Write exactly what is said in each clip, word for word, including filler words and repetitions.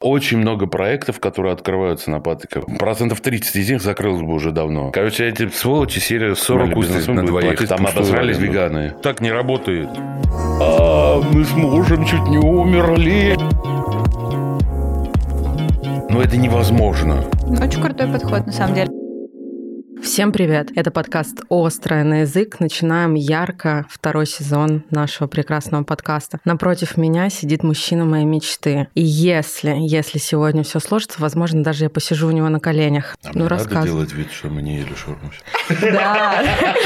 Очень много проектов, которые открываются на Патрика. Процентов тридцать из них закрылось бы уже давно. Короче, эти сволочи сели сорок на двоих. Там обосрались веганы. Так не работает. А, мы с мужем чуть не умерли. Но это невозможно. Очень крутой подход, на самом деле. Всем привет! Это подкаст «Острое на язык». Начинаем ярко второй сезон нашего прекрасного подкаста. Напротив меня сидит мужчина моей мечты. И если, если сегодня все сложится, возможно, даже я посижу у него на коленях. А ну, мне рассказывай. надо делать вид, что мы не ели шаурму. Да.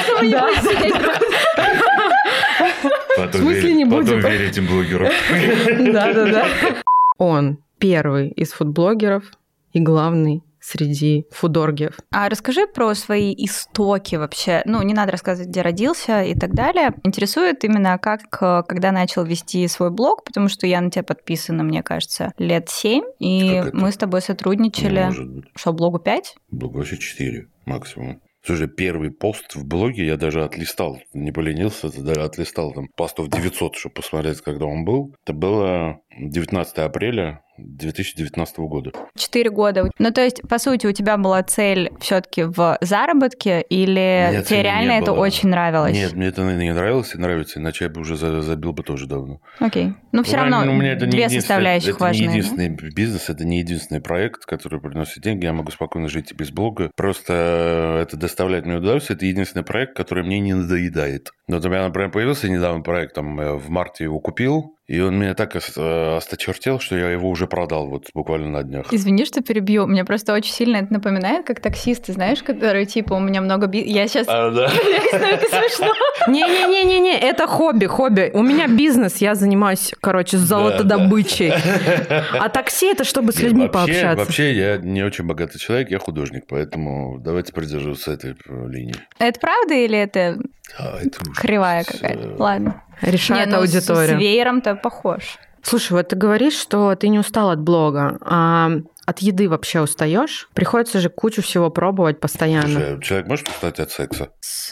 В смысле не будем? Потом верить этим блогерам. Да-да-да. Он первый из фудблогеров и главный среди фудоргиев. А расскажи про свои истоки вообще. Ну, не надо рассказывать, где родился и так далее. Интересует именно, как, когда начал вести свой блог, потому что я на тебя подписана, мне кажется, лет семь, и мы с тобой сотрудничали. Что, блогу пять? Блогу вообще четыре максимум. Слушай, первый пост в блоге я даже отлистал, не поленился, даже отлистал там постов девятьсот, чтобы посмотреть, когда он был. Это было девятнадцатого апреля две тысячи девятнадцатого года. Четыре года. Ну, то есть, по сути, у тебя была цель все-таки в заработке, или Нет, тебе реально это было. Очень нравилось? Нет, мне это не нравилось и нравится, иначе я бы уже забил бы тоже давно. Окей. Но все равно ну, это две составляющих это важные. Это не единственный да? бизнес, это не единственный проект, который приносит деньги. Я могу спокойно жить и без блога. Просто это доставляет мне удовольствие. Это единственный проект, который мне не надоедает. Вот у меня, например, появился недавно проект, там, в марте его купил, и он меня так осточертел, что я его уже продал вот буквально на днях. Извини, что перебью. Мне просто очень сильно это напоминает, как таксисты, знаешь, которые типа у меня много бизнеса. Я сейчас... А, да? Я не знаю, это смешно. Не-не-не-не, это хобби, хобби. У меня бизнес, я занимаюсь, короче, золотодобычей. А такси это чтобы с людьми пообщаться. Вообще я не очень богатый человек, я художник, поэтому давайте придерживаться этой линии. Это правда или это... А, это кривая какая-то. Ладно. Решает Не, ну, аудитория. С веером-то похож. Слушай, вот ты говоришь, что ты не устал от блога, а от еды вообще устаешь? Приходится же кучу всего пробовать постоянно. Слушай, человек может устать от секса?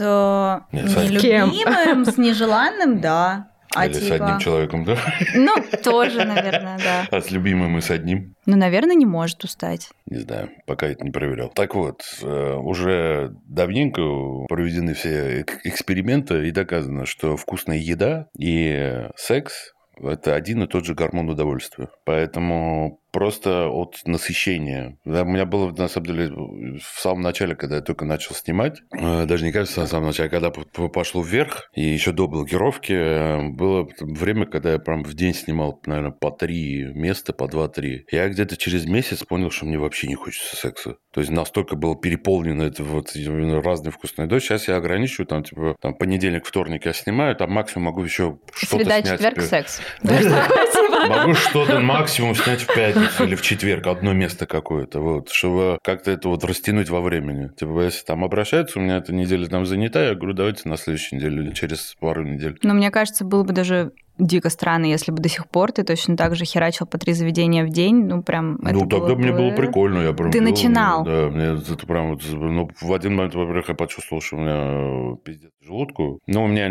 С Нет, нелюбимым, с нежеланным, да. А Или типа... с одним человеком, да? Ну, тоже, наверное, да. А с любимым и с одним? Ну, наверное, не может устать. Не знаю, пока это не проверял. Так вот, уже давненько проведены все эксперименты, и доказано, что вкусная еда и секс – это один и тот же гормон удовольствия. Поэтому... Просто от насыщения. У меня было, на самом деле, в самом начале, когда я только начал снимать, даже не кажется, на самом начале, когда пошло вверх, и еще до блокировки, было время, когда я прям в день снимал, наверное, по три места, по два-три. Я где-то через месяц понял, что мне вообще не хочется секса. То есть настолько было переполнено это вот разной вкусной едой. Сейчас я ограничиваю, там, типа, там, понедельник, вторник я снимаю, там максимум могу еще что-то Среда, снять. четверг, секс. Могу что-то максимум снять в пятницу или в четверг, одно место какое-то, вот, чтобы как-то это вот растянуть во времени. Типа, если там обращаются, у меня эта неделя там занята, я говорю, давайте на следующей неделе или через пару недель. Но мне кажется, было бы даже дико странно, если бы до сих пор ты точно так же херачил по три заведения в день, ну, прям... Ну, тогда было мне бы... было прикольно. Я прям ты делал, начинал? Да, мне это прям... Вот, ну, в один момент, во-первых, я почувствовал, что у меня пиздец желудку. Ну, у меня...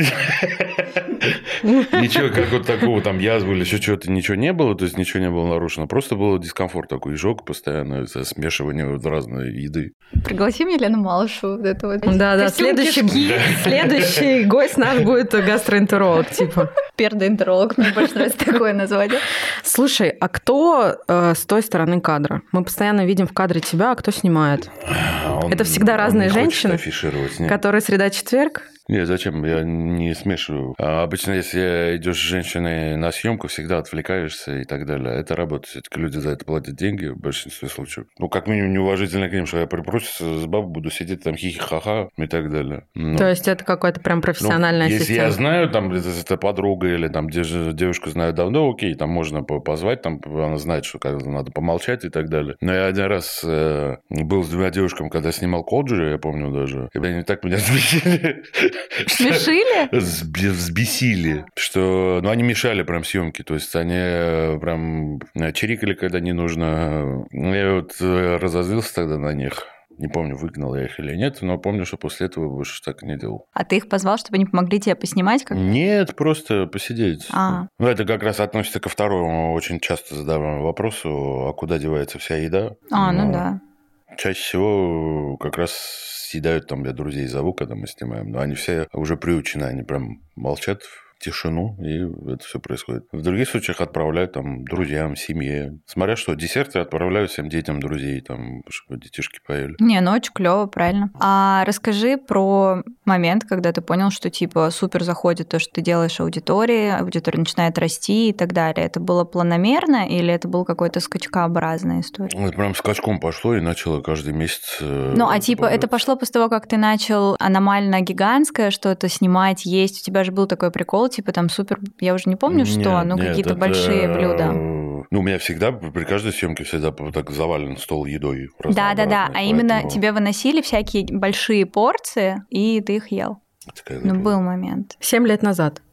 Ничего, как вот такого там язвы или еще чего-то, ничего не было, то есть ничего не было нарушено. Просто был дискомфорт такой, изжог постоянно, смешивание разной еды. Пригласи мне Лену Малышу. Вот это вот. Да-да, следующий, следующий гость наш будет гастроэнтеролог, типа. Пердоэнтеролог, мне больше нравится такое название. Слушай, а кто э, с той стороны кадра? Мы постоянно видим в кадре тебя, а кто снимает? Он, это всегда разные женщины, которые среда-четверг? Нет, зачем? Я не смешиваю. А обычно, если идешь с женщиной на съемку, всегда отвлекаешься и так далее. Это работа. Все-таки люди за это платят деньги в большинстве случаев. Ну, как минимум, неуважительно к ним, что я припрусь с бабой, буду сидеть там хихи-ха-ха и так далее. Ну, то есть это какой-то прям профессиональный ну, ассистент? Если я знаю, там, это подруга или там девушку знаю давно, окей, там можно позвать, там она знает, что надо помолчать и так далее. Но я один раз э, был с двумя девушками, когда снимал Коджи, я помню даже, и они так меня взбесили. Смешили? Взбесили, что... Ну, они мешали прям съемке, то есть они прям чирикали, когда не нужно. Я вот разозлился тогда на них. Не помню, выгнал я их или нет, но помню, что после этого больше так не делал. А ты их позвал, чтобы они помогли тебе поснимать? Как... Нет, просто посидеть. А. Ну, это как раз относится ко второму очень часто задаваемому вопросу, а куда девается вся еда? А, но ну да. Чаще всего как раз съедают, там, я друзей зову, когда мы снимаем, но они все уже приучены, они прям молчат, тишину, и это все происходит. В других случаях отправляют там друзьям, семье. Смотря что, десерты отправляю всем детям друзей, там, чтобы детишки поели. Не, ну очень клево, правильно. А расскажи про момент, когда ты понял, что типа супер заходит то, что ты делаешь аудитории, аудитория начинает расти и так далее. Это было планомерно или это был какой-то скачкообразная история? Это прям скачком пошло и начало каждый месяц. Ну, а типа это пошло после того, как ты начал аномально гигантское что-то снимать, есть. У тебя же был такой прикол, типа там супер, я уже не помню, что, нет, ну нет, какие-то это... большие блюда. Ну, у меня всегда, при каждой съемке всегда так завален стол едой. Да-да-да, а поэтому... именно тебе выносили всякие большие порции, и ты их ел. Ну, был момент. Семь лет назад.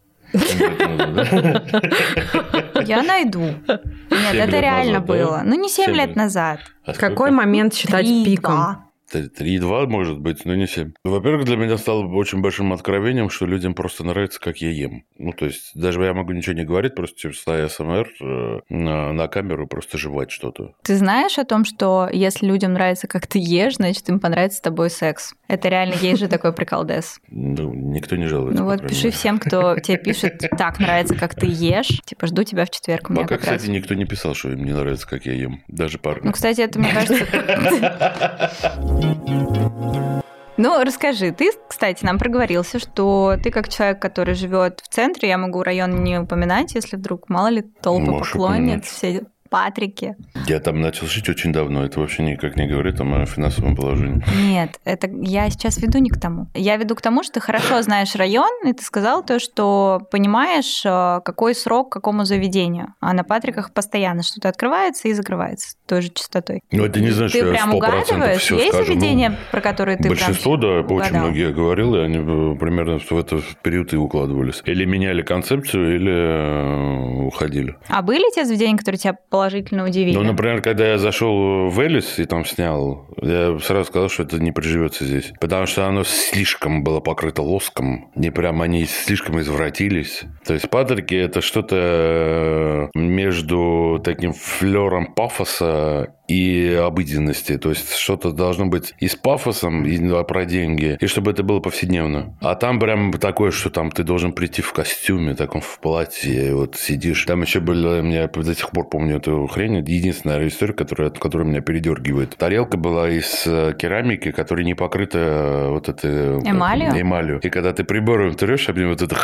Я найду. Нет, это реально было. Ну, не семь лет назад. Какой момент считать пиком? три и два, может быть, но не семь. Во-первых, для меня стало очень большим откровением, что людям просто нравится, как я ем. Ну, то есть, даже я могу ничего не говорить, просто типа ставя СМР э, на, на камеру, просто жевать что-то. Ты знаешь о том, что если людям нравится, как ты ешь, значит, им понравится с тобой секс? Это реально есть же такой приколдес. Ну, никто не жалуется. Ну вот пиши всем, кто тебе пишет, так нравится, как ты ешь. Типа, жду тебя в четверг. Пока, кстати, никто не писал, что им не нравится, как я ем. Даже парни. Ну, кстати, это, мне кажется... Ну, расскажи, ты, кстати, нам проговорился, что ты как человек, который живет в центре, я могу район не упоминать, если вдруг, мало ли, толпы поклонниц, все Патрики. Я там начал жить очень давно, это вообще никак не говорит о моем финансовом положении. Нет, это я сейчас веду не к тому. Я веду к тому, что ты хорошо знаешь район, и ты сказал то, что понимаешь, какой срок какому заведению. А на Патриках постоянно что-то открывается и закрывается той же частотой. Ну, это не значит, ты что я прям сто процентов угадываешь? все Есть скажу. заведения, ну, про которые ты большинство, прям да, угадал? очень многие говорил, и они примерно в этот период и укладывались. Или меняли концепцию, или уходили. А были те заведения, которые тебя положительно удивили? Ну, например, когда я зашел в Элис и там снял, я сразу сказал, что это не приживется здесь. Потому что оно слишком было покрыто лоском. Не прям они слишком извратились. То есть Патрики – это что-то между таким флером пафоса и обыденности. То есть что-то должно быть и с пафосом, и про деньги, и чтобы это было повседневно. А там прям такое, что там ты должен прийти в костюме, таком в платье, и вот сидишь. Там еще были, я до сих пор помню эту хрень, единственная история, которая, которая меня передергивает. Тарелка была из керамики, которая не покрыта вот этой... Эмалью? Эмалью. И когда ты прибором трешь, об нее вот это...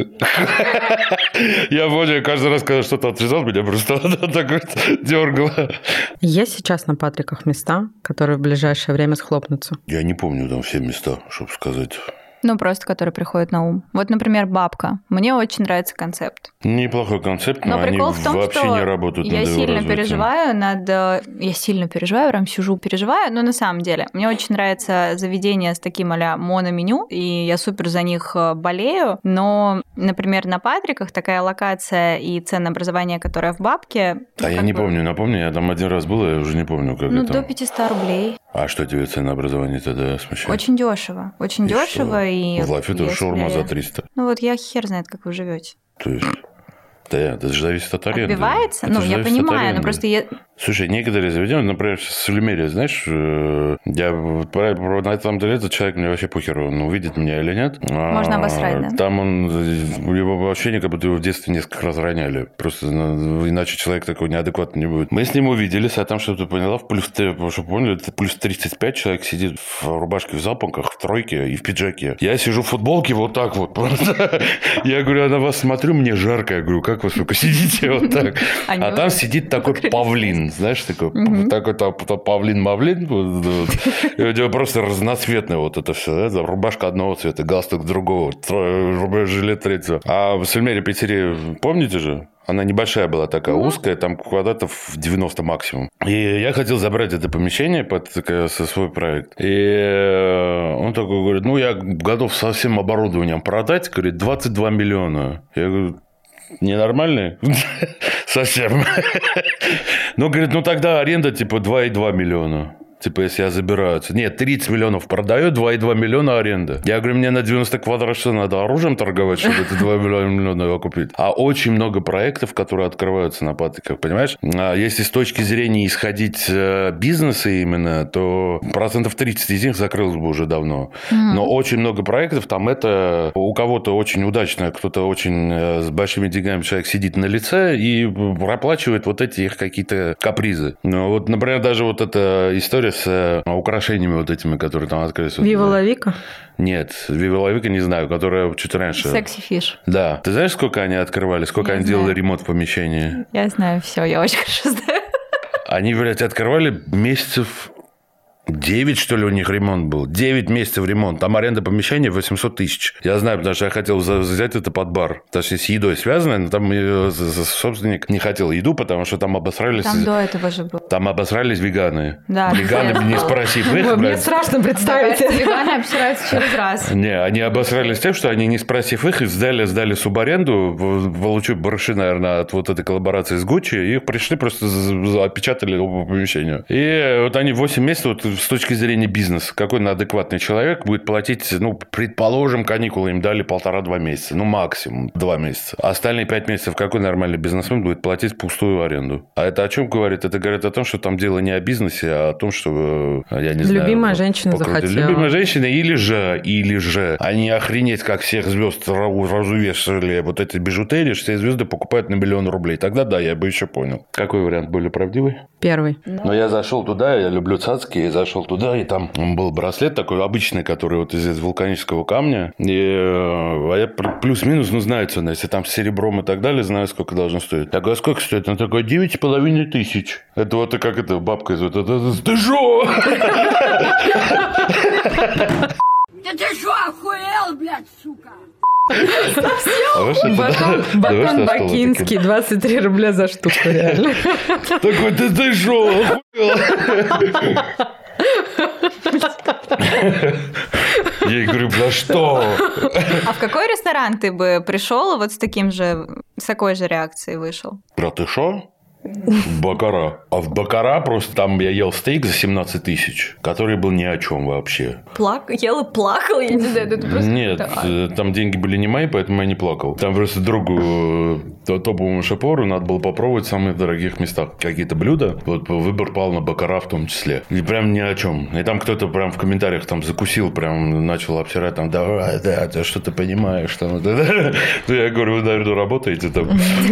Я понял, каждый раз, когда что-то отрезал, меня просто так вот дергало. Есть сейчас на Патриках места, которые в ближайшее время схлопнутся? Я не помню там все места, чтобы сказать. Ну, просто которые приходят на ум. Вот, например, «Бабка». Мне очень нравится концепт. Неплохой концепт, но, но они в том, вообще не работают я над его сильно развитием. переживаю над... Я сильно переживаю, прям сижу, переживаю, но на самом деле мне очень нравится заведение с таким а-ля мономеню, и я супер за них болею, но, например, на Патриках такая локация и ценообразование, которое в «Бабке». А я не бы... помню, напомню, я там один раз был, я уже не помню, как ну, это. Ну, до пятьсот рублей. А что тебе ценообразование тогда смущает? Очень дешево, очень и дешево. И в Лафе тоже шаурма за триста. Ну вот я хер знает, как вы живете. То есть... Да, это же зависит от аренды. Отбивается? Это ну, я понимаю, но просто я... Слушай, некоторые заведения, например, в Сулимере, знаешь, я на этом деле этот человек мне вообще похер, он увидит меня или нет. Можно обосрать, да? Там он, его ощущение, как будто его в детстве несколько раз роняли. Просто иначе человек такой неадекватный не будет. Мы с ним увиделись, а там что-то поняла, в плюс, чтобы поняли, это плюс тридцать пять человек сидит в рубашке в запонках, в тройке и в пиджаке. Я сижу в футболке вот так вот просто. Я говорю, я на вас смотрю, мне жарко. Я говорю, как вы, сука, сидите вот так? А там сидит такой павлин. Знаешь, такой, mm-hmm. такой павлин-мавлин, вот, вот. И у него просто разноцветное вот это все, да? Рубашка одного цвета, галстук другого, жилет третьего. А в Сульмере Пиццерии, помните же? Она небольшая была такая, mm-hmm. узкая, там квадратов девяносто максимум. И я хотел забрать это помещение под со свой проект. И он такой говорит, ну, я готов со всем оборудованием продать, говорит, двадцать два миллиона. Я говорю, ненормальный? Совсем. Ну, говорит, ну тогда аренда типа два и два миллиона. Типа, если я забираю... Нет, тридцать миллионов продаю, два и два миллиона аренда. Я говорю, мне на девяносто квадратов что, надо оружием торговать, чтобы эти два миллиона его купить? А очень много проектов, которые открываются на патриках, понимаешь? А если с точки зрения исходить бизнеса именно, то процентов тридцать из них закрылось бы уже давно. Mm-hmm. Но очень много проектов, там это у кого-то очень удачно, кто-то очень с большими деньгами человек сидит на лице и проплачивает вот эти их какие-то капризы. Ну, вот, например, даже вот эта история с украшениями вот этими, которые там открылись. Вива Ла Вика? Нет, Вива Ла Вика не знаю, которая чуть раньше. Секси Фиш. Да. Ты знаешь, сколько они открывали? Сколько я они знаю. делали ремонт в помещении? Я знаю все, я очень хорошо знаю. Они, блядь, открывали месяцев... девять, что ли, у них ремонт был. девять месяцев ремонт. Там аренда помещения восемьсот тысяч. Я знаю, потому что я хотел взять это под бар. Точнее, с едой связано, но там собственник не хотел еду, потому что там обосрались... Там до этого же был. Там обосрались веганы. Да. Веганы, не спросив их... Мне страшно представить. Веганы обсираются через раз. Не, они обосрались тем, что они, не спросив их, сдали, сдали субаренду, получив барыши, наверное, от вот этой коллаборации с Гуччи, и их пришли, просто опечатали по помещению. И вот они восемь месяцев... Вот, с точки зрения бизнеса, какой адекватный человек будет платить, ну, предположим, каникулы им дали полтора-два месяца, ну, максимум два месяца. А остальные пять месяцев какой нормальный бизнесмен будет платить пустую аренду? А это о чем говорит? Это говорит о том, что там дело не о бизнесе, а о том, что, я не знаю... Любимая женщина покрутили. захотела. Любимая женщина или же, или же, они охренеть, как всех звезд разувешали вот эти бижутерии, что все звезды покупают на миллион рублей. Тогда да, я бы еще понял. Какой вариант более правдивый? Первый. Но я зашел туда, я люблю цацки, я зашел туда, и там был браслет такой обычный, который вот из вулканического камня. И, а я плюс-минус, ну, знаю цену. Если там с серебром и так далее, знаю, сколько должно стоить. Я говорю, а сколько стоит? Он такой, девять с половиной тысяч. Это вот как это, бабка из вот этого. Ты шо? Да ты шо, охуел, блядь, сука? Батон бакинский, двадцать три рубля за штуку, реально. Такой, да ты шо, охуел? Я ей говорю, за что? А в какой ресторан ты бы пришел и вот с таким же, с такой же реакцией вышел? Про ты шо? В Бакара. А в Бакара просто там я ел стейк за семнадцать тысяч, который был ни о чем вообще. Плак... Ел и плакал, я не знаю, это просто... Нет, да. Там деньги были не мои, поэтому я не плакал. Там просто другу, топовому шеф-повару надо было попробовать в самых дорогих местах какие-то блюда. Вот выбор пал на Бакара в том числе. И прям ни о чем. И там кто-то прям в комментариях там закусил, прям начал обсирать, там, да, да, ты что ты понимаешь, что... Я говорю, вы, наверное, работаете там.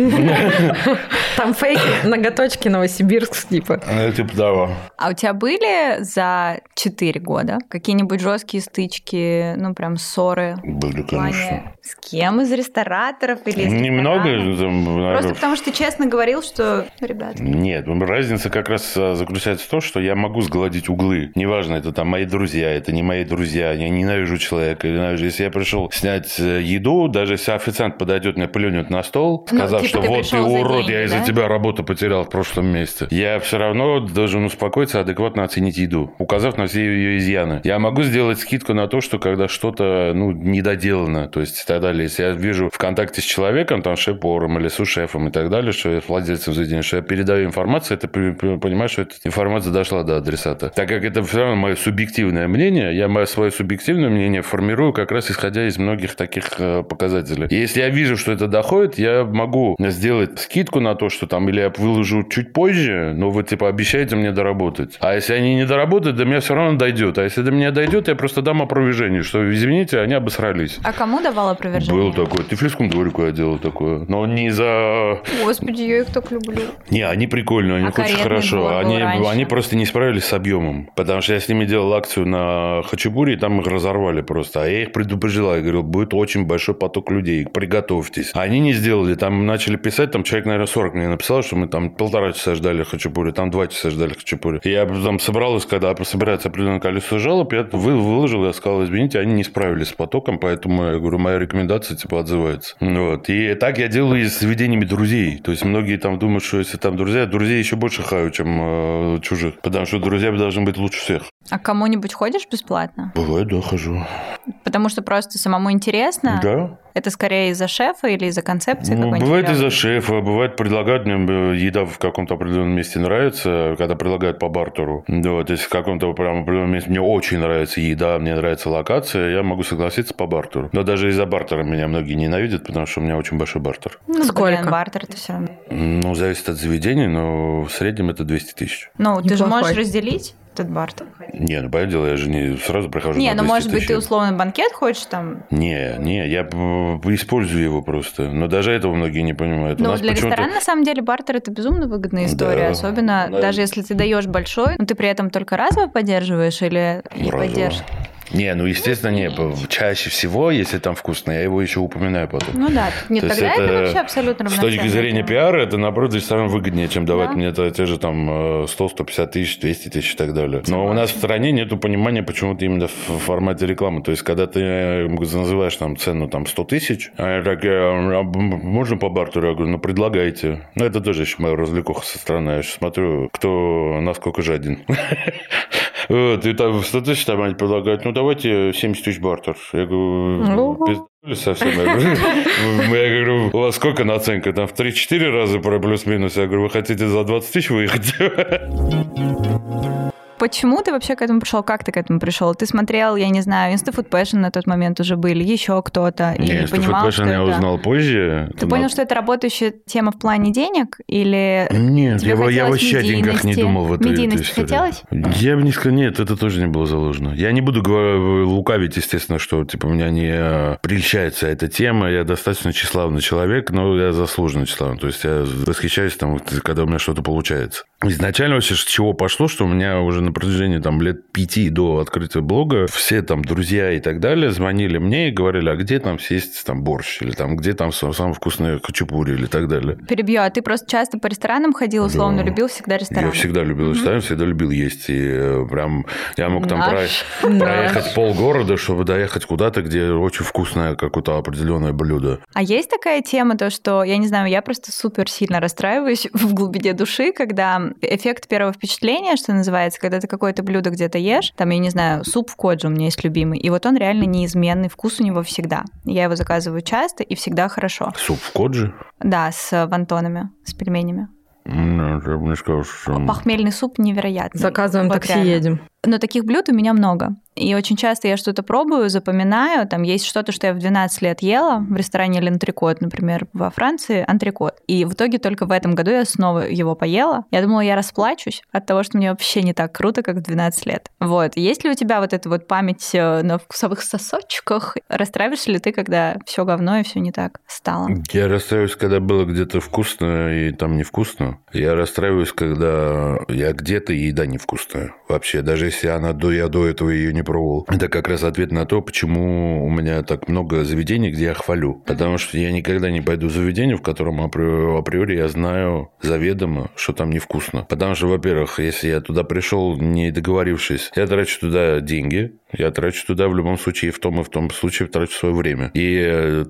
Там фейки. Ноготочки Новосибирск, типа. Типа, да. А у тебя были за четыре года какие-нибудь жесткие стычки, ну, прям ссоры? Были, конечно. С кем из рестораторов или из Немного. Там, Просто потому что ты честно говорил, что, ребята... Нет, разница как раз заключается в том, что я могу сгладить углы. Неважно, это там мои друзья, это не мои друзья. Я ненавижу человека. Ненавижу. Если я пришел снять еду, даже если официант подойдет мне плюнет на стол, сказав, ну, типа, что ты вот ты урод, деньги, я из-за да? тебя работу потерял в прошлом месяце. Я все равно должен успокоиться, адекватно оценить еду, указав на все ее изъяны. Я могу сделать скидку на то, что когда что-то, ну, недоделано, то есть и так далее. Если я вижу в контакте с человеком, там, шеф-поваром или су-шефом и так далее, что я владельцем заведения, что я передаю информацию, это понимаю, что эта информация дошла до адресата. Так как это все равно мое субъективное мнение, я мое свое субъективное мнение формирую как раз исходя из многих таких показателей. И если я вижу, что это доходит, я могу сделать скидку на то, что там или я выложу чуть позже, но вы типа обещаете мне доработать. А если они не доработают, до меня все равно дойдет. А если до меня дойдет, я просто дам опровержение, что, извините, они обосрались. А кому давал опровержение? Был такой. В Тифлисском дворику я делал такое. Но не за... Господи, я их так люблю. Не, они прикольные, они а очень хорошо. Они, они просто не справились с объемом. Потому что я с ними делал акцию на хачапури, и там их разорвали просто. А я их предупреждал. Я говорил, будет очень большой поток людей. Приготовьтесь. А они не сделали. Там начали писать, там человек, наверное, сорок мне написал, что мы там полтора часа ждали хачапури, там два часа ждали хачапури. И я там собралась, когда собирается определенное количество жалоб, я выложил, я сказал, извините, они не справились с потоком, поэтому, я говорю, моя рекомендация, типа, отзывается. Вот. И так я делаю и с заведениями друзей. То есть, многие там думают, что если там друзья, друзей еще больше хаю, чем э, чужих. Потому что друзья должны быть лучше всех. А к кому-нибудь ходишь бесплатно? Бывает, да, хожу. Потому что просто самому интересно? Да. Это скорее из-за шефа или из-за концепции Ну, какой-нибудь? бывает клёвой? из-за шефа, бывает предлагают, мне еда в каком-то определенном месте нравится, когда предлагают по бартеру. Да, вот, если в каком-то прям определенном месте мне очень нравится еда, мне нравится локация, я могу согласиться по бартеру. Но даже из-за бартера меня многие ненавидят, потому что у меня очень большой бартер. Ну, Сколько? блин, бартер это все равно. Ну, зависит от заведения, но в среднем это двести тысяч. Ну, ты же Неплохой. можешь разделить этот бартер. Не, ну, понятное дело, я же не сразу прихожу Не, на ну, двести может быть, тысяч. ты условно банкет хочешь там? Не, не, я п- использую его просто. Но даже этого многие не понимают. У Но нас для почему-то- ресторана, на самом деле, бартер – это безумно выгодная история. Да. Особенно, Да. даже если ты даешь большой, но ты при этом только разово поддерживаешь или не Разово. поддерживаешь? Не, ну, естественно, не. Чаще всего, если там вкусно, я его еще упоминаю потом. Ну да, нет, То есть тогда это, вообще абсолютно С точки равноценно. зрения пиара, это, наоборот, ресторан выгоднее, чем давать Да. мне это, те же там сто сто пятьдесят тысяч, двести тысяч и так далее. Но у нас в стране нету понимания почему-то именно в формате рекламы. То есть, когда ты э, называешь там цену там сто тысяч, а я такая, а можно по бартеру? Я говорю, ну, предлагайте. Ну, это тоже еще моя развлекуха со стороны. Я сейчас смотрю, кто насколько жаден. Вот, и там сто тысяч там они предлагают, ну, давайте семьдесят тысяч бартер. Я говорю, пиздали совсем. Я говорю, я говорю, у вас сколько наценка? Там в три-четыре раза про плюс-минус. Я говорю, вы хотите за двадцать тысяч выехать? Почему ты вообще к этому пришел? Как ты к этому пришел? Ты смотрел, я не знаю, Instafood Passion на тот момент уже были, еще кто-то, и Не, не понимал, что я это... узнал позже. Ты понял, что это работающая тема в плане денег? Или Нет, тебе я, во- я хотелось вообще о деньгах не медийности? думал в этой, этой Медийности истории. хотелось? Я бы не сказал, нет, это тоже не было заложено. Я не буду говор- лукавить, естественно, что типа меня не э, прельщается эта тема. Я достаточно тщеславный человек, но я заслуженно тщеславный. То есть я восхищаюсь, там, когда у меня что-то получается. Изначально вообще с чего пошло, что у меня уже на протяжении там, лет пяти до открытия блога все там друзья и так далее звонили мне и говорили, а где там съесть там борщ, или там где там самый вкусный хачапури, или так далее. Перебью, а ты просто часто по ресторанам ходил, условно, Да. любил всегда рестораны? Я всегда любил ресторан, всегда любил есть. И э, прям я мог там Наш, про- наш. проехать полгорода, чтобы доехать куда-то, где очень вкусное какое-то определенное блюдо. А есть такая тема, то, что, я не знаю, я просто супер сильно расстраиваюсь в глубине души, когда эффект первого впечатления, что называется, когда ты какое-то блюдо где-то ешь, там, я не знаю, суп в коджи у меня есть любимый, и вот он реально неизменный, вкус у него всегда. Я его заказываю часто и всегда хорошо. Суп в коджи? Да, с вантонами, с пельменями. Ну, я бы не сказал, что... Похмельный суп невероятный. Заказываем Вот такси, реально. едем. Но таких блюд у меня много. И очень часто я что-то пробую, запоминаю. Там есть что-то, что я в двенадцать лет ела в ресторане «L'Entricot», например, во Франции, антрикот. И в итоге только в этом году я снова его поела. Я думала, я расплачусь от того, что мне вообще не так круто, как в двенадцать лет. Вот. Есть ли у тебя вот эта вот память на вкусовых сосочках? Расстраиваешься ли ты, когда все говно и все не так стало? Я расстраиваюсь, когда было где-то вкусно и там невкусно. Я расстраиваюсь, когда я где-то и еда невкусная. Вообще, даже если она до, я до этого ее не пробовал. Это как раз ответ на то, почему у меня так много заведений, где я хвалю. Потому что я никогда не пойду в заведение, в котором апри- априори я знаю заведомо, что там невкусно. Потому что, во-первых, если я туда пришел, не договорившись, я трачу туда деньги, я трачу туда в любом случае, в том и в том случае трачу свое время. И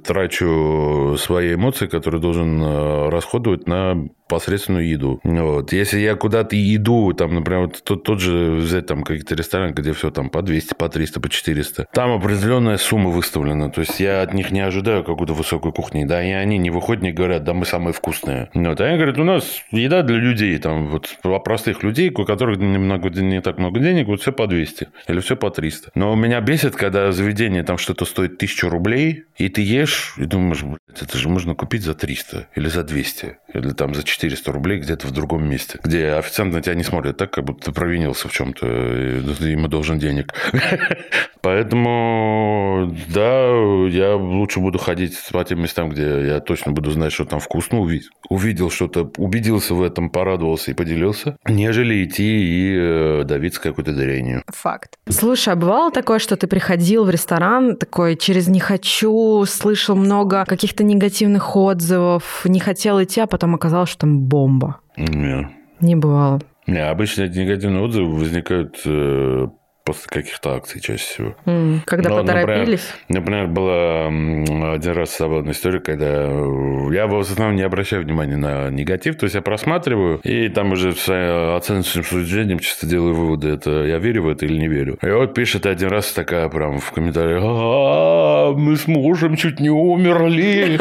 трачу свои эмоции, которые должен э, расходовать на посредственную еду. Вот. Если я куда-то иду, там, например, вот тот, тот же взять там какие-то рестораны, где все там по двести, по триста, по четыреста, там определенная сумма выставлена. То есть я от них не ожидаю какой-то высокой кухни. Да, и они не выходят, не говорят, да, мы самые вкусные. Вот. А они говорят, у нас еда для людей, там, вот, простых людей, у которых немного, не так много денег, вот все по двести или все по триста. Но меня бесит, когда заведение там что-то стоит тысячу рублей, и ты ешь, и думаешь, блядь, это же можно купить за триста или за двести, или там за четыреста рублей где-то в другом месте, где официант на тебя не смотрит так, как будто ты провинился в чем-то, и ему должен денег. Поэтому, да, я лучше буду ходить по тем местам, где я точно буду знать, что там вкусно, увидел, увидел что-то, убедился в этом, порадовался и поделился, нежели идти и давиться какой-то дрянью. Факт. Слушай, а бывало такое, что ты приходил в ресторан, такой через «не хочу», слышал много каких-то негативных отзывов, не хотел идти, а потом оказалось, что там бомба? Нет. Не бывало. Не, обычно эти негативные отзывы возникают э, после каких-то акций чаще всего. Mm. Когда Но, поторопились? Например, например, была один раз забавная история, когда я в основном не обращаю внимания на негатив, то есть я просматриваю, и там уже с оценочным суждением чисто делаю выводы, это я верю в это или не верю. И вот пишет один раз такая прям в комментариях: а, мы с мужем чуть не умерли.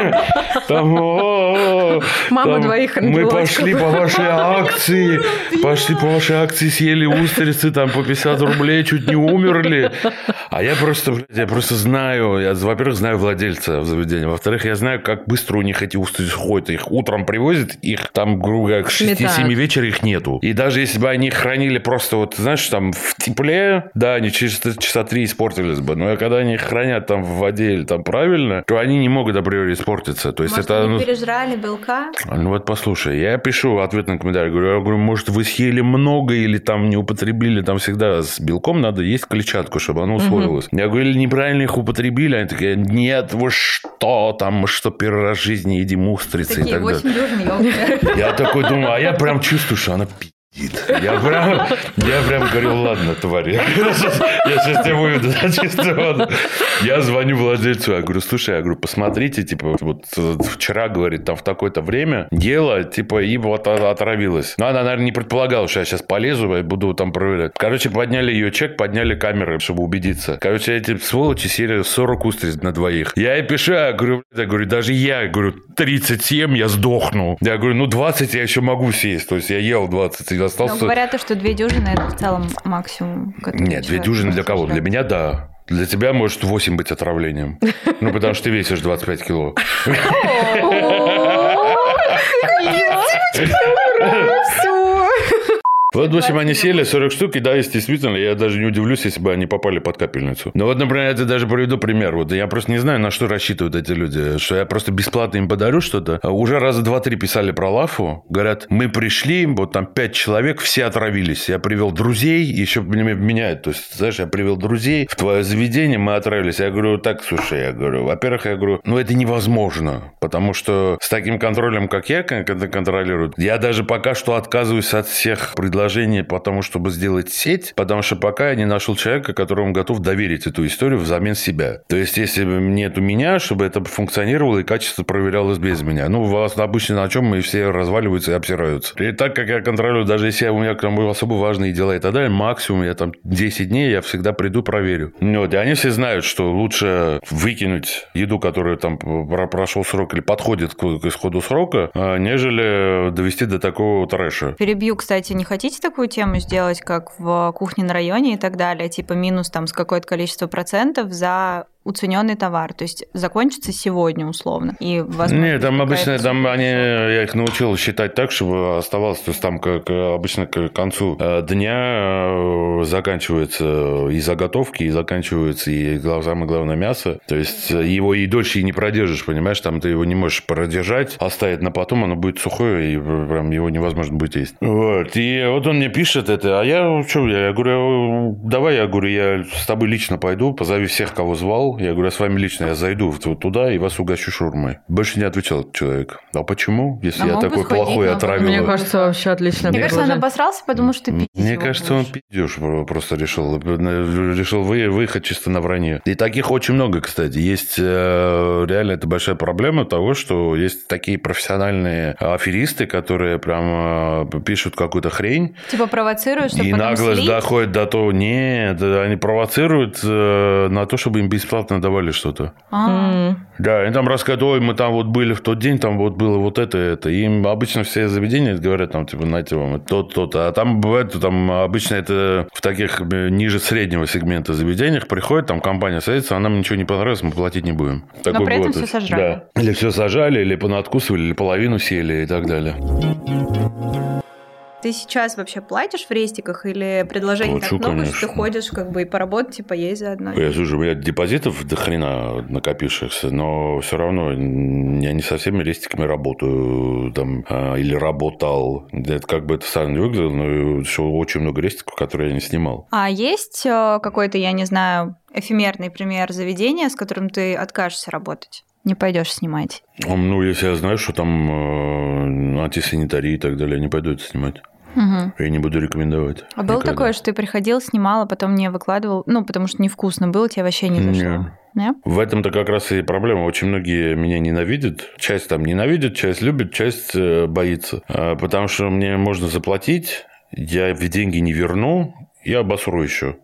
Мама двоих ангелочков. Мы пошли по вашей акции, пошли по вашей акции, съели устрицы там по пятьдесят рублей, чуть не умерли. А я просто, блядь, я просто знаю, я, во-первых, знаю владельца заведения, во-вторых, я знаю, как быстро у них эти устрицы ходят. Их утром привозят, их там, грубо говоря, к шести-семи вечера их нету. И даже если бы они хранили просто вот, знаешь, там в тепле, да, они через часа три испортились бы. Но когда они их хранят там в воде или там правильно, то они не могут априори испортиться. То есть может, это, они ну, пережрали белка? Ну вот послушай, я пишу ответ на комментарий, говорю, я говорю, может, вы съели много или там не употребили, там всегда с белком надо есть клетчатку, чтобы оно усвоилось. Угу. Я говорю, или неправильно их употребили, они такие, нет, вы что, там, мы что, первый раз в жизни едим устрицы такие и так далее. восемь дюжин, ёлка. Я такой думаю, а я прям чувствую, что она пи***. Я прям, я прям говорю, ладно, тварь, я сейчас, я сейчас тебя выведу на чистую воду. Я звоню владельцу, я говорю, слушай, я говорю, посмотрите, типа, вот вчера, говорит, там в такое-то время дело, типа, и вот отравилась. Но она, наверное, не предполагала, что я сейчас полезу и буду там проверять. Короче, подняли ее чек, подняли камеры, чтобы убедиться. Короче, эти сволочи съели сорок устриц на двоих. Я ей пишу, я говорю, я говорю, даже я, я говорю, тридцать семь я сдохну. Я говорю, ну двадцать я еще могу съесть. То есть я ел двадцать и остался... Но говорят, что две дюжины – это в целом максимум. Нет, две дюжины для кого? Для меня – да. Для тебя может восемь быть отравлением. Ну, потому что ты весишь двадцать пять кило. Вот, в общем, они сели сорок штук, и да, действительно, я даже не удивлюсь, если бы они попали под капельницу. Но вот, например, я тебе даже приведу пример. Вот я просто не знаю, на что рассчитывают эти люди. Что я просто бесплатно им подарю что-то. Уже раза два-три писали про лафу. Говорят, мы пришли, вот там пять человек, все отравились. Я привел друзей, еще меняют. То есть, знаешь, я привел друзей в твое заведение, мы отравились. Я говорю, так, слушай, я говорю, во-первых, я говорю, ну, это невозможно. Потому что с таким контролем, как я, когда контролируют, я даже пока что отказываюсь от всех предложений, потому чтобы сделать сеть, потому что пока я не нашел человека, которому готов доверить эту историю взамен себя. То есть, если нет у меня, чтобы это функционировало и качество проверялось без меня. Ну, у вас обычно на чем мы все разваливаются и обсираются. И так как я контролирую, даже если у меня там особо важные дела и так далее, максимум я там десять дней, я всегда приду, проверю. Вот, и они все знают, что лучше выкинуть еду, которая там прошел срок или подходит к исходу срока, нежели довести до такого трэша. Перебью, кстати, не хотите такую тему сделать, как в кухне на районе и так далее, типа минус там с какое-то количество процентов за уцененный товар, то есть закончится сегодня условно. И, возможно, нет, там обычно там они, я их научил считать так, чтобы оставалось, то есть там как обычно к концу дня заканчиваются и заготовки, и заканчиваются и самое главное мясо, то есть его и дольше и не продержишь, понимаешь, там ты его не можешь продержать, оставить на потом, оно будет сухое и прям его невозможно будет есть. Вот, и вот он мне пишет это, а я что, я говорю, давай, я говорю, я с тобой лично пойду, позови всех, кого звал. Я говорю, я с вами лично я зайду туда и вас угощу шаурмой. Больше не отвечал этот человек. А почему, если а я такой сходить, плохой отравил? Мне кажется, вообще отлично. Мне кажется, он обосрался, потому что ты пиздишь. Мне кажется, он пиздешь просто решил. Решил выехать чисто на вранье. И таких очень много, кстати. Есть реально это большая проблема того, что есть такие профессиональные аферисты, которые прям пишут какую-то хрень. Типа провоцируют, чтобы и потом наглость слить? Доходит до того, нет, они провоцируют на то, чтобы им бесплатно давали что-то. А-а-а. Да, они там рассказывают, ой, мы там вот были в тот день, там вот было вот это, это. И им обычно все заведения говорят, там, типа, знаете, вам то-то, то-то. А там бывает, там обычно это в таких ниже среднего сегмента заведениях приходит, там компания садится, а нам ничего не понравилось, мы платить не будем. Такое Но при этом бывает. все сожрали. Да. Или все сажали, или понадкусывали, или половину съели и так далее. Ты сейчас вообще платишь в рестиках или предложений Плачу, так много, конечно. что ты ходишь как бы и поработать, и поесть заодно? Я, слушай, у меня депозитов до хрена накопившихся, но все равно я не со всеми рестиками работаю там, или работал. Это как бы это странно не выглядело, но еще очень много рестиков, которые я не снимал. А есть какой-то, я не знаю, эфемерный пример заведения, с которым ты откажешься работать? Не пойдешь снимать? Ну, если я знаю, что там антисанитария и так далее, я не пойду это снимать. Угу. Я не буду рекомендовать. А было никогда. такое, что ты приходил, снимал, а потом не выкладывал? Ну, потому что невкусно было, тебе вообще не зашло? Нет. Нет? В этом-то как раз и проблема. Очень многие меня ненавидят. Часть там ненавидит, часть любит, часть боится. Потому что мне можно заплатить, я в деньги не верну, я обосру еще.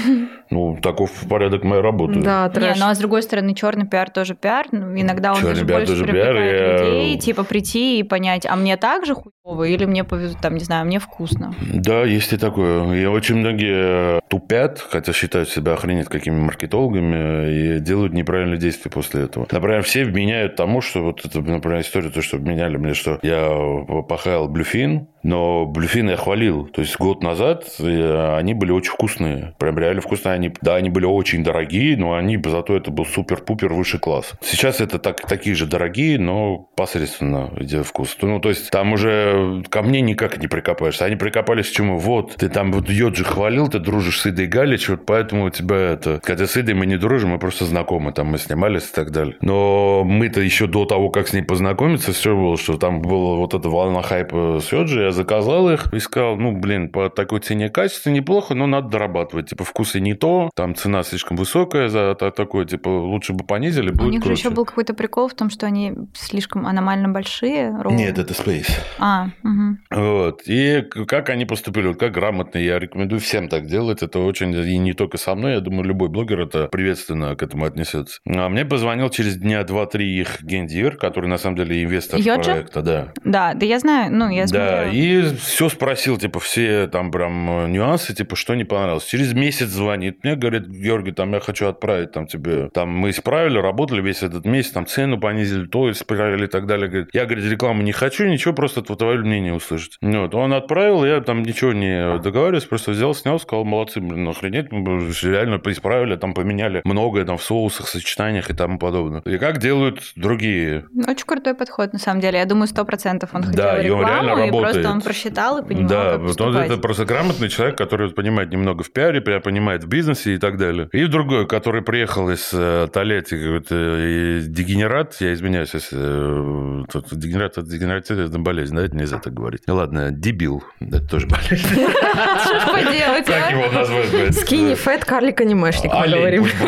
Ну, таков порядок моей работы. Да, трэш. Не, ну а с другой стороны, черный пиар тоже пиар. Ну, иногда он Чёрный даже пиар больше тоже привлекает пиар, людей, я- типа прийти и понять, а мне так же хуёво, или мне повезло, там, не знаю, мне вкусно. Да, есть и такое. И очень многие тупят, хотя считают себя охренеть какими маркетологами, и делают неправильные действия после этого. Например, все вменяют тому, что вот это, например, история, то, что вменяли мне, что я похаял блюфин, но блюфин я хвалил. То есть год назад они были очень вкусные. Прям реально вкусные. Они, да, они были очень дорогие, но они зато это был супер-пупер высший класс. Сейчас это так, такие же дорогие, но посредственно идет вкус. Ну, то есть там уже ко мне никак не прикопаешься. Они прикопались к чему? Вот, ты там вот Йоджи хвалил, ты дружишь с Идой Галич, вот поэтому у тебя это... Хотя с Идой мы не дружим, мы просто знакомы, там мы снимались и так далее. Но мы-то еще до того, как с ней познакомиться, все было, что там была вот эта волна хайпа с Йоджи, я заказал их и сказал, ну, блин, по такой цене качество неплохо, но надо дорабатывать. Типа, вкусы не то, там цена слишком высокая за такое, типа, лучше бы понизили, будет У них круче. же еще был какой-то прикол в том, что они слишком аномально большие. роллы. Нет, это Space. А, угу. Вот. И как они поступили, вот как грамотно, я рекомендую всем так делать. Это очень, и не только со мной, я думаю, любой блогер это приветственно к этому отнесется. А мне позвонил через дня два-три их гендир, который на самом деле инвестор Йоджи? проекта, да. Да, да я знаю, ну, я Да, смотрела. и все спросил, типа, все там прям нюансы, типа, что не понравилось. Через месяц звонит мне, говорит, Георгий, там, я хочу отправить, там, тебе, там, мы исправили, работали весь этот месяц, там, цену понизили, то исправили и так далее. Говорит, я, говорит, рекламу не хочу, ничего, просто твое мнение услышать. Вот, он отправил, я там ничего не договариваюсь, просто взял, снял, сказал, молодцы, блин, охренеть, мы реально исправили, там, поменяли многое, там, в соусах, сочетаниях и тому подобное. И как делают другие. Очень крутой подход, на самом деле. Я думаю, сто процентов он хотел Да, и он реально рекламу, и работает. просто он просчитал и понимал, Да, как вот он поступать. это просто грамотный человек, который понимает немного в пиаре, понимает в бизнесе и так далее. И другой, который приехал из э, Тольятти, какой-то э, дегенерат, я извиняюсь, если э, тут дегенерат, это дегенеративная болезнь, да, это нельзя так говорить. Ладно, дебил, это тоже болезнь. Что ж поделать, Как а? его назвать? блядь? Скини фэт, карлик анимешник, мы Олень говорим. пусть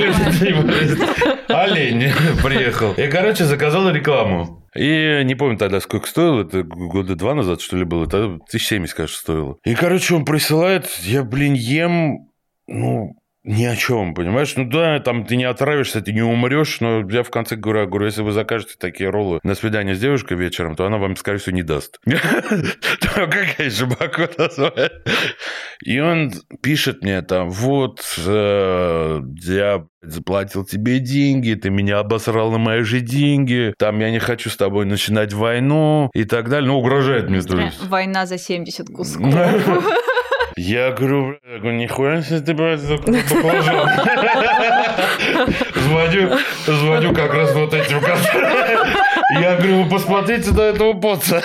будет. Олень приехал. И, короче, заказал рекламу. И не помню тогда, сколько стоило, это года два назад, что ли, было, тогда тысяч семьдесят, кажется, стоило. И, короче, он присылает, я, блин, ем, ну, ни о чем, понимаешь? Ну да, там ты не отравишься, ты не умрешь, но я в конце говорю, говорю, если вы закажете такие роллы на свидание с девушкой вечером, то она вам, скорее всего, не даст. Какая же могу назвать? И он пишет мне там, вот, я заплатил тебе деньги, ты меня обосрал на мои же деньги, там я не хочу с тобой начинать войну и так далее. Ну, угрожает мне. То есть. Война за семьдесят кусков. Я говорю, бля, говорю, нихуя себе ты, брат, положил. Звоню, звоню как раз вот этим. Я говорю, вы посмотрите на этого поца.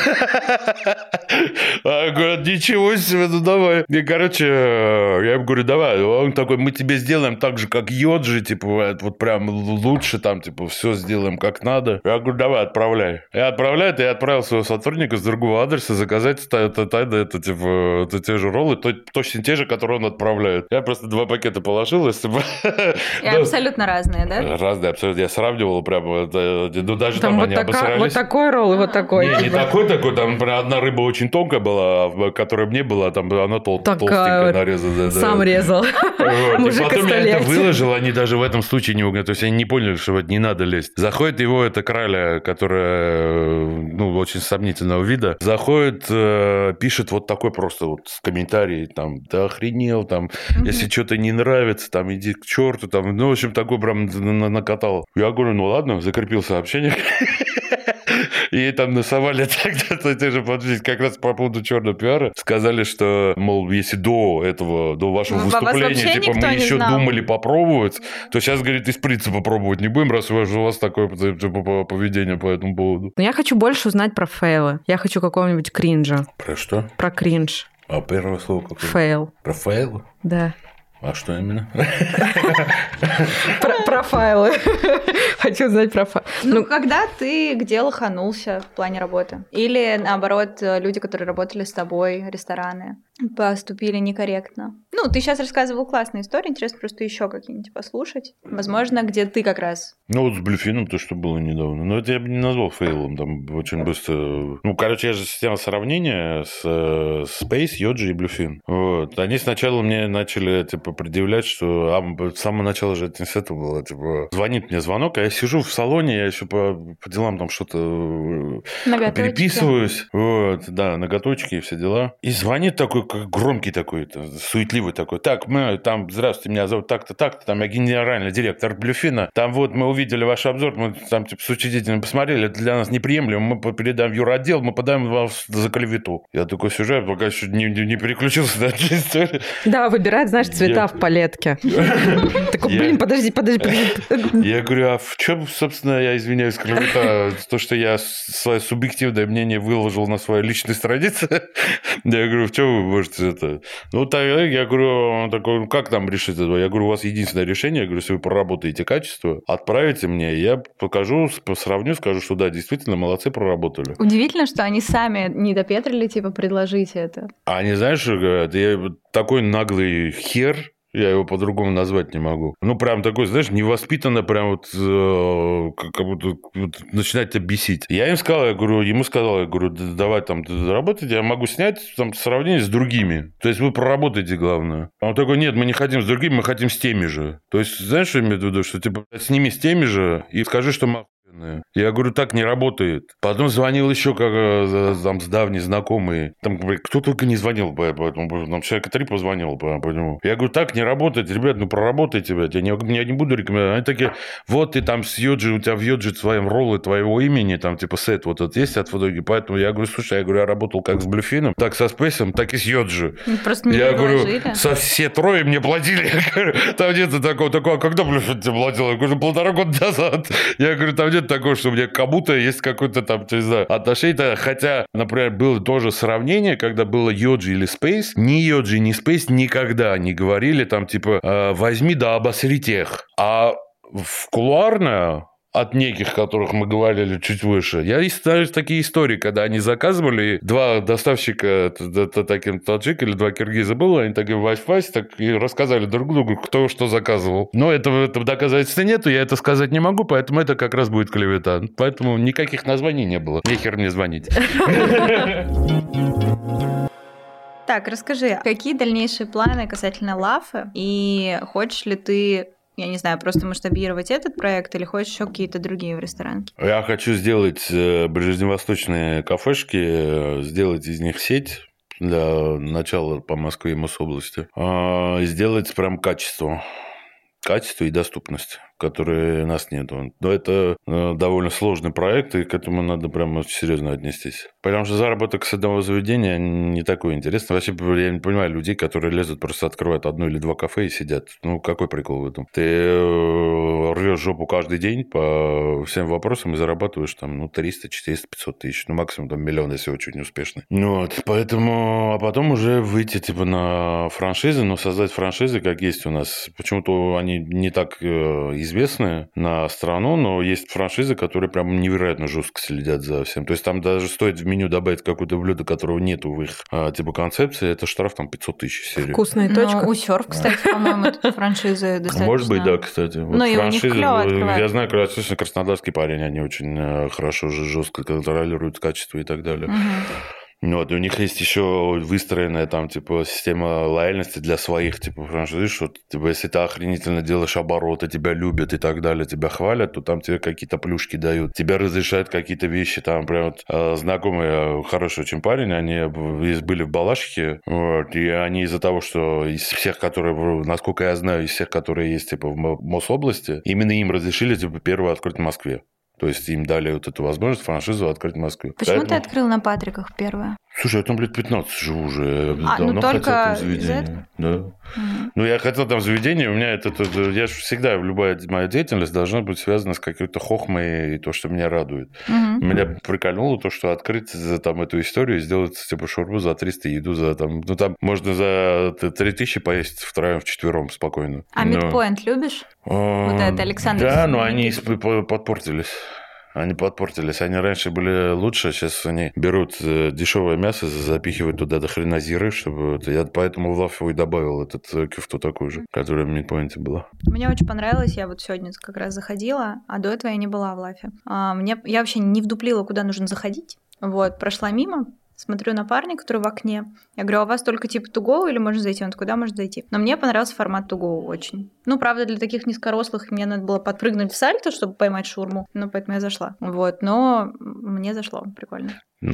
А говорят, ничего себе, ну давай. И, короче, я ему говорю, давай. Он такой, мы тебе сделаем так же, как Йоджи, типа, вот прям лучше там, типа, все сделаем как надо. Я говорю, давай, отправляй. Я отправляю, я отправил своего сотрудника с другого адреса заказать это, это, это, типа, это те же роллы, точно те же, которые он отправляет. Я просто два пакета положил, если бы... И абсолютно разные, да? Разные, абсолютно. Я сравнивал прямо, ну, даже там, Там вот, они така- обосрались. вот такой ролл и вот такой. Не, не типа. такой-такой, там например, одна рыба очень тонкая была, а которая мне была, там она тол- Такая толстенькая вот. нарезана. Да, Сам да. резал. Вот. И Мужик потом из я это Тольятти. выложил, они даже в этом случае не могли, то есть они не поняли, что вот не надо лезть. Заходит его эта краля, которая, ну, очень сомнительного вида, заходит, э, пишет вот такой просто вот комментарий, там, да охренел, там, если что-то не нравится, там, иди к черту, там, ну, в общем, такой прям на- накатал. Я говорю, ну, ладно, закрепил сообщение. И там насовали тогда те же подписчики как раз по поводу черного пиара. Сказали, что, мол, если до этого, до вашего Вас вообще выступления, типа, никто мы не еще знал. думали попробовать, то сейчас, говорит, из принципа пробовать не будем, раз у вас, у вас такое типа, поведение по этому поводу. Но я хочу больше узнать про фейлы. Я хочу какого-нибудь кринжа. Про что? Про кринж. А первое слово какое? Фейл. Про фейл? Да. А что именно? Профайлы. Хочу знать профайлы. Ну, когда ты где лоханулся в плане работы? Или, наоборот, люди, которые работали с тобой, рестораны, поступили некорректно? Ну, ты сейчас рассказывал классные истории, интересно просто еще какие-нибудь послушать. Возможно, где ты как раз. Ну, вот с Блюфином то, что было недавно. Но это я бы не назвал фейлом. Там очень быстро... Ну, короче, я же сделал сравнение с Space, Yoji и Bluefin. Вот. Они сначала мне начали, типа, предъявлять, что... А, с самого начала же это не с этого было. Типа, звонит мне звонок, а я сижу в салоне, я еще по, по делам там что-то переписываюсь. Вот, да, ноготочки и все дела. И звонит такой, как громкий такой, суетливый такой. Так, мы там, здравствуйте, меня зовут так-то, так-то, там я генеральный директор Блюфина. Там вот мы увидели ваш обзор, мы там типа с учредителем посмотрели, это для нас неприемлемо, мы передаем в юротдел, мы подаем вас за клевету. Я такой сижу, я пока еще не, не переключился на эту историю. Да, выбирать, знаешь, цвета я... в палетке. Такой, блин, подожди, подожди, подожди. Я говорю, а в чем, собственно, я извиняюсь, клевета? То, что я свое субъективное мнение выложил на своей личной странице. Я говорю, в чем вы можете это? Ну, так, я говорю, он такой, ну, как там решить это? Я говорю, у вас единственное решение, я говорю, если вы проработаете качество, отправите мне, я покажу, сравню, скажу, что да, действительно, молодцы, проработали. Удивительно, что они сами не допетрили, типа, предложите это. А они, знаешь, что говорят? Я такой наглый хер, я его по-другому назвать не могу. Ну, прям такой, знаешь, невоспитанно, прям вот э, как будто вот, начинать тебя бесить. Я им сказал, я говорю, ему сказал, я говорю, давай там работайте, я могу снять там сравнение с другими. То есть вы проработаете, главное. А он такой, нет, мы не хотим с другими, мы хотим с теми же. То есть, знаешь, что я имею в виду, что типа сними с теми же и скажи, что мы... Я говорю, так не работает. Потом звонил еще как там с давней знакомый. Там кто только не звонил, поэтому нам человека три позвонил по, по нему. Я говорю, так не работает, ребят, ну проработайте, блядь. Я не, я не буду рекомендовать. Они такие, вот ты там с Йоджи, у тебя в Йоджи твоем роллы твоего имени, там типа сет вот этот есть от фотоги. Поэтому я говорю, слушай, я говорю, я работал как с Блюфином, так со Спейсом, так и с Йоджи. Просто не я предложили. Говорю, со все трое мне платили. Там нет такого, такого, а когда Блюфин тебе платил? Я говорю, полтора года назад. Я говорю, там нет такого, что у меня кому-то есть какое-то там, не знаю, отношение. Хотя, например, было тоже сравнение, когда было Йоджи или Space. Ни Йоджи, ни Space никогда не говорили там, типа, возьми да обосри тех. А в кулуарное... от неких, о которых мы говорили чуть выше. Я знаю такие истории, когда они заказывали, два доставщика, таким таджик или два киргиза было, они так и вась-вась, так и рассказали друг другу, кто что заказывал. Но этого, этого доказательства нету, я это сказать не могу, поэтому это как раз будет клевета. Поэтому никаких названий не было. Нехер мне звонить. Так, расскажи, какие дальнейшие планы касательно Лафы? И хочешь ли ты... Я не знаю, просто масштабировать этот проект или хочешь еще какие-то другие в ресторанке? Я хочу сделать ближневосточные кафешки, сделать из них сеть для начала по Москве и Мособласти. Сделать прям качество. Качество и доступность, которые у нас нет. Но это довольно сложный проект, и к этому надо прям очень серьезно отнестись. Потому что заработок с одного заведения не такой интересный. Вообще, я не понимаю людей, которые лезут, просто открывают одно или два кафе и сидят. Ну, какой прикол в этом? Ты рвешь жопу каждый день по всем вопросам и зарабатываешь там, ну, триста, четыреста, пятьсот тысяч. Ну, максимум там миллион, если очень успешный. Ну, вот. Поэтому, а потом уже выйти, типа, на франшизы, но создать франшизы, как есть у нас. Почему-то они не так известны на страну, но есть франшизы, которые прям невероятно жестко следят за всем. То есть там даже стоит в меню добавить какое-то блюдо, которого нету в их типа концепции, это штраф там пятьсот тысяч серий. Вкусная точка. Ну, у Серф, кстати, по-моему, франшизы достаточно. Может быть, да, кстати. Вот ну, и у них клёво открывают. Я знаю, конечно, краснодарский парень, они очень хорошо, жестко контролируют качество и так далее. Угу. Вот, и у них есть еще выстроенная там, типа, система лояльности для своих, типа, франшиз, что, типа, если ты охренительно делаешь обороты, тебя любят и так далее, тебя хвалят, то там тебе какие-то плюшки дают, тебя разрешают какие-то вещи, там, прям вот э, знакомые, хороший очень парень, они были в Балашихе, вот, и они из-за того, что из всех, которые, насколько я знаю, из всех, которые есть, типа, в Мособласти, именно им разрешили, типа, первое открыть в Москве. То есть им дали вот эту возможность франшизу открыть в Москве. Почему Поэтому... ты открыл на Патриках первое? Слушай, я там лет пятнадцать живу уже. Я а, давно ну только хотел там заведение. Да. Угу. Ну, я хотел там заведение, у меня это... это я же всегда, любая моя деятельность должна быть связана с какой-то хохмой и то, что меня радует. Угу. Меня прикольнуло то, что открыть за там эту историю и сделать типа шаурму за триста, еду за там... Ну, там можно за три тысячи поесть втроем, вчетвером спокойно. А но... Midpoint любишь? А, Вот это Александр. Да, но они подпортились. Они подпортились. Они раньше были лучше, сейчас они берут дешевое мясо, запихивают туда до хрена зиры, чтобы... Я поэтому в лафу и добавил этот кюфту такую же, которая в Мидпоинте была. Мне очень понравилось. Я вот сегодня как раз заходила, а до этого я не была в лафе. А, мне... Я вообще не вдуплила, куда нужно заходить. Вот, прошла мимо. Смотрю на парня, который в окне. Я говорю, а у вас только типа to go или можно зайти? Он такой, куда можно зайти? Но мне понравился формат to go очень. Ну, правда, для таких низкорослых мне надо было подпрыгнуть в сальто, чтобы поймать шаурму. Ну, поэтому я зашла. Вот, но мне зашло. Прикольно.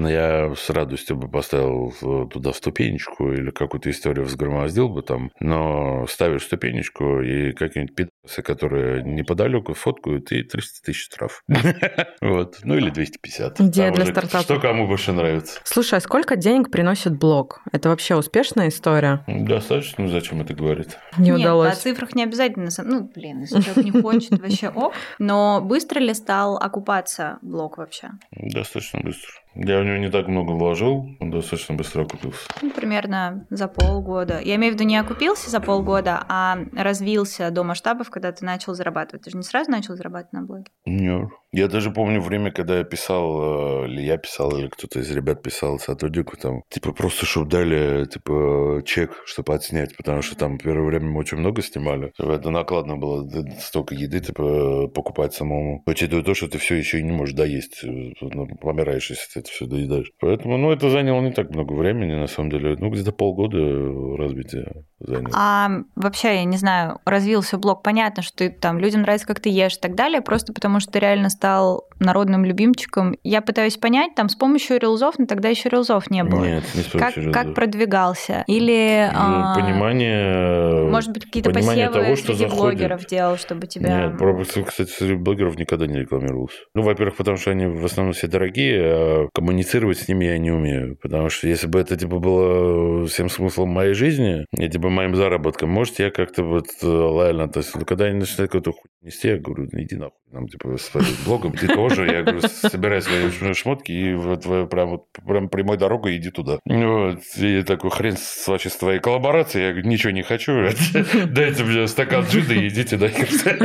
Я с радостью бы поставил туда ступенечку или какую-то историю взгромоздил бы там, но ставишь ступенечку и какие-нибудь пидорасы, которые неподалеку фоткают, и триста тысяч штраф. Вот. Ну или двести пятьдесят. Идея для стартапа. Что кому больше нравится. Слушай, а сколько денег приносит блог? Это вообще успешная история? Достаточно. Зачем это говорит? Не Нет, удалось. по цифрах не обязательно. Ну, блин, если человек не хочет, вообще ок. Но быстро ли стал окупаться блог вообще? Достаточно быстро. Я в него не так много вложил, он достаточно быстро окупился. Ну, примерно за полгода. Я имею в виду, не окупился за полгода, а развился до масштабов, когда ты начал зарабатывать. Ты же не сразу начал зарабатывать на блоге? Нет. Я даже помню время, когда я писал, или я писал, или кто-то из ребят писал сотруднику, там, типа, просто, чтобы дали, типа, чек, чтобы отснять, потому что там первое время мы очень много снимали. Это накладно было столько еды, типа, покупать самому. Учитывая то, что ты все еще и не можешь доесть, помираешь, если ты это все доедаешь. Поэтому, ну, это заняло не так много времени, на самом деле. Ну, где-то полгода развития заняло. А вообще, я не знаю, развился блог. Понятно, что ты, там, людям нравится, как ты ешь и так далее, просто потому что ты реально стал народным любимчиком. Я пытаюсь понять, там, с помощью рилзов, но тогда еще рилзов не было. Нет, не с помощью как, рилзов. Как продвигался? Или... Ну, понимание... Может быть, какие-то посевы того, что среди заходит. блогеров делал, чтобы тебя... Нет, просто, кстати, среди блогеров никогда не рекламировался. Ну, во-первых, потому что они в основном все дорогие, а коммуницировать с ними я не умею. Потому что если бы это, типа, было всем смыслом моей жизни, и, типа, моим заработком, может, я как-то вот лояльно... То есть, ну, когда они начинают какую-то хуйню нести, я говорю, иди нахуй, нам, типа, с блогом, ты тоже, я говорю, собирай свои шмотки и вот прям, вот, прям прямой дорогой иди туда. Вот. И такой хрен с вашей с твоей коллаборацией, я говорю, ничего не хочу, дайте мне стакан джина и идите нахер.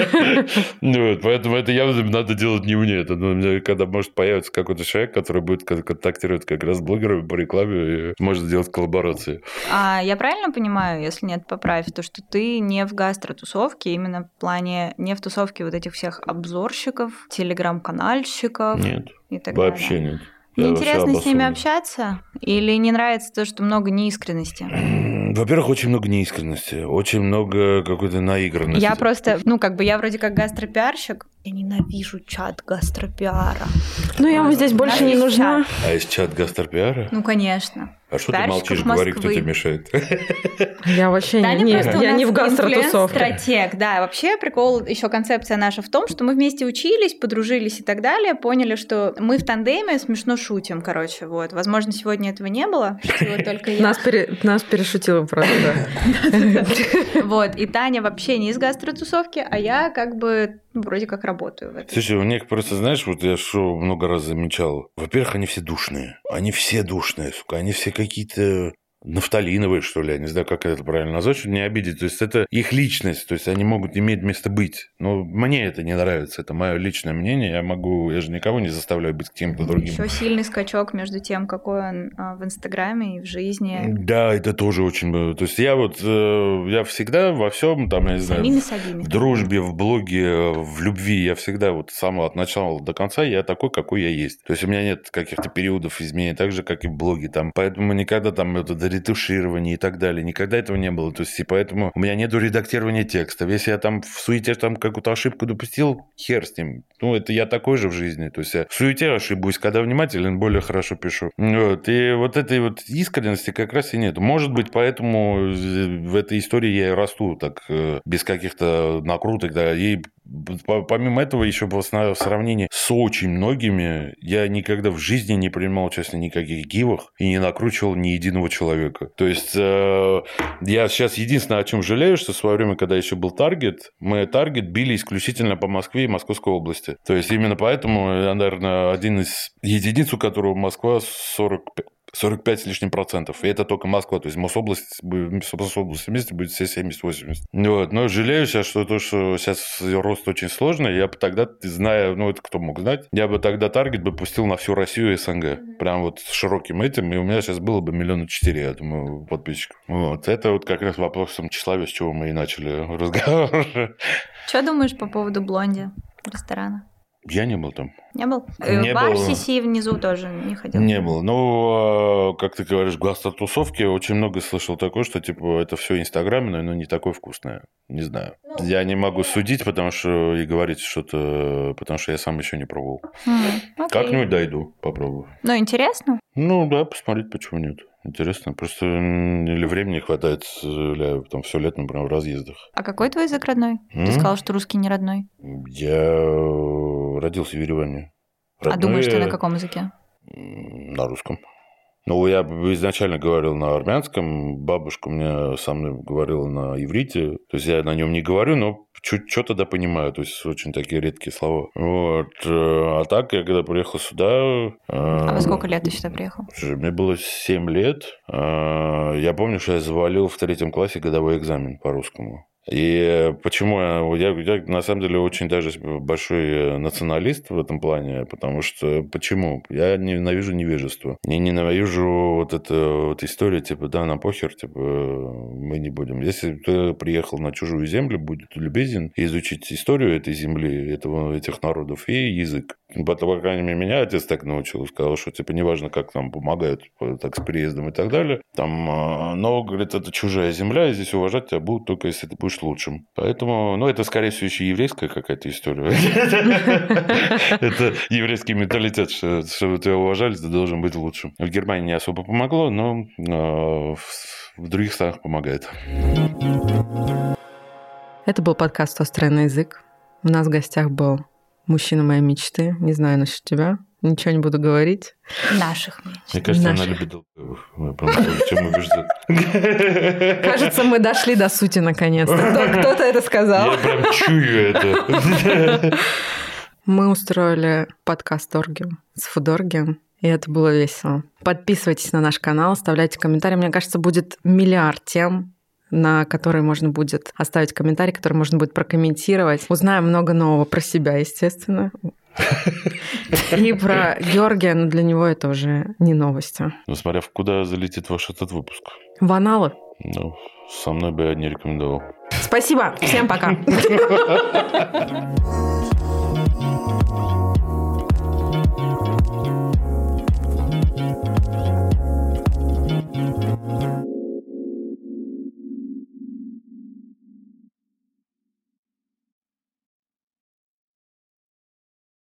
Вот. Поэтому это явно надо делать не мне. Это, ну, когда может появиться какой-то человек, который будет контактировать как раз с блогерами по рекламе и может делать коллаборации. А я правильно понимаю, если нет, поправь, то, что ты не в гастротусовке, именно в плане, не в тусовке вот этих всех обзорщиков, телеграм-канальщиков? Нет, и так вообще далее. нет. Неинтересно с ними общаться? Или не нравится то, что много неискренности? Во-первых, очень много неискренности, очень много какой-то наигранности. Я просто, ну, как бы я вроде как гастропиарщик, я ненавижу чат гастропиара. Ну, я вам здесь больше не нужна. А есть чат гастропиара? Ну, конечно. А что ты молчишь? Говори, кто тебе мешает. Я вообще не, не, я не в гастротусовке. Стратег, да. Вообще прикол, еще концепция наша в том, что мы вместе учились, подружились и так далее, поняли, что мы в тандеме смешно шутим, короче, вот. Возможно, сегодня этого не было, шутила только я. Нас, пере, нас перешутила просто. Вот, и Таня вообще не из гастротусовки, а я как бы вроде как работаю в этом. Слушай, у них просто, знаешь, вот я что много раз замечал. Во-первых, они все душные. Они все душные, сука. Они все какие-то нафталиновые, что ли, я не знаю, как это правильно назвать, чтобы не обидеть. То есть это их личность, то есть они могут иметь место быть. Но мне это не нравится, это мое личное мнение. Я могу, я же никого не заставляю быть кем-то другим. Еще сильный скачок между тем, какой он в Инстаграме и в жизни. Да, это тоже очень... То есть я вот, я всегда во всем, там, я не знаю, в дружбе, в блоге, в любви, я всегда вот с самого от начала до конца я такой, какой я есть. То есть у меня нет каких-то периодов изменений, так же, как и в блоге. Там, поэтому никогда там это ретуширование и так далее. Никогда этого не было. То есть, и поэтому у меня нету редактирования текстов. Если я там в суете там какую-то ошибку допустил, хер с ним. Ну, это я такой же в жизни. То есть, я в суете ошибусь, когда внимателен, более хорошо пишу. Вот. И вот этой вот искренности как раз и нет. Может быть, поэтому в этой истории я и расту так, без каких-то накруток, да, и помимо этого, еще в сравнении с очень многими, я никогда в жизни не принимал участие в никаких гивах и не накручивал ни единого человека. То есть, э, я сейчас единственное, о чем жалею, что в свое время, когда еще был Таргет, мы Таргет били исключительно по Москве и Московской области. То есть, именно поэтому я, наверное, один из единиц, у которого Москва сорок пять сорок пять с лишним процентов. И это только Москва. То есть Мособласть, Мособласть вместе будет все семьдесят-восемьдесят. Вот. Но жалею сейчас, что то, что сейчас рост очень сложный. Я бы тогда, зная, ну это кто мог знать, я бы тогда таргет бы пустил на всю Россию и СНГ. Прям вот с широким этим. И у меня сейчас было бы миллиона четыре, я думаю, подписчиков. Вот. Это вот как раз вопросом тщеславия, с чего мы и начали разговор. Что думаешь по поводу Блонди ресторана? Я не был там. Не был? Не в ар был. си си внизу тоже не ходил? Не был. Ну, как ты говоришь, гастротусовки, очень много слышал такое, что типа это все инстаграмное, но не такое вкусное. Не знаю. Ну, я не могу судить, потому что и говорить что-то, потому что я сам еще не пробовал. Mm, как-нибудь дойду, попробую. Ну, интересно? Ну, да, посмотреть, почему нет. Интересно. Просто или времени не хватает, или там все лето, например, в разъездах. А какой твой язык родной? М? Ты сказал, что русский не родной. Я родился в Ереване. Родной... А думаешь, ты на каком языке? На русском. Ну, я изначально говорил на армянском, бабушка у меня со мной говорила на иврите, то есть я на нем не говорю, но чуть что-то да понимаю, то есть очень такие редкие слова. Вот. А так, я когда приехал сюда... А во сколько лет ты сюда приехал? Мне было семь лет. Я помню, что я завалил в третьем классе годовой экзамен по русскому. И почему я, я, я на самом деле очень даже большой националист в этом плане, потому что почему? Я ненавижу невежество. Я ненавижу вот эту вот историю, типа, да, нам похер, типа, мы не будем. Если ты приехал на чужую землю, будь любезен изучить историю этой земли, этого, этих народов и язык. По крайней мере, меня отец так научил, сказал, что, типа, неважно, как нам помогают, так, с переездом и так далее, там, но, говорит, это чужая земля, и здесь уважать тебя будут только если ты будешь лучшим. Поэтому, ну, это, скорее всего, еще еврейская какая-то история. Это еврейский менталитет, что чтобы тебя уважали, ты должен быть лучшим. В Германии не особо помогло, но в других странах помогает. Это был подкаст «Острый на язык». У нас в гостях был мужчина моей мечты. Не знаю насчет тебя. Ничего не буду говорить. Наших мечт. Мне кажется, Наших. она любит долбоёбов. Чем убежден. Кажется, мы дошли до сути наконец-то. Кто-то это сказал. Я прям чую это. Мы устроили подкаст «Оргиум» с Фудоргием, и это было весело. Подписывайтесь на наш канал, оставляйте комментарии. Мне кажется, будет миллиард тем, на которые можно будет оставить комментарий, который можно будет прокомментировать. Узнаем много нового про себя, естественно. И про Георгия, но для него это уже не новости. Ну, смотря в куда залетит ваш этот выпуск. В аналы. Ну, со мной бы я не рекомендовал. Спасибо. Всем пока.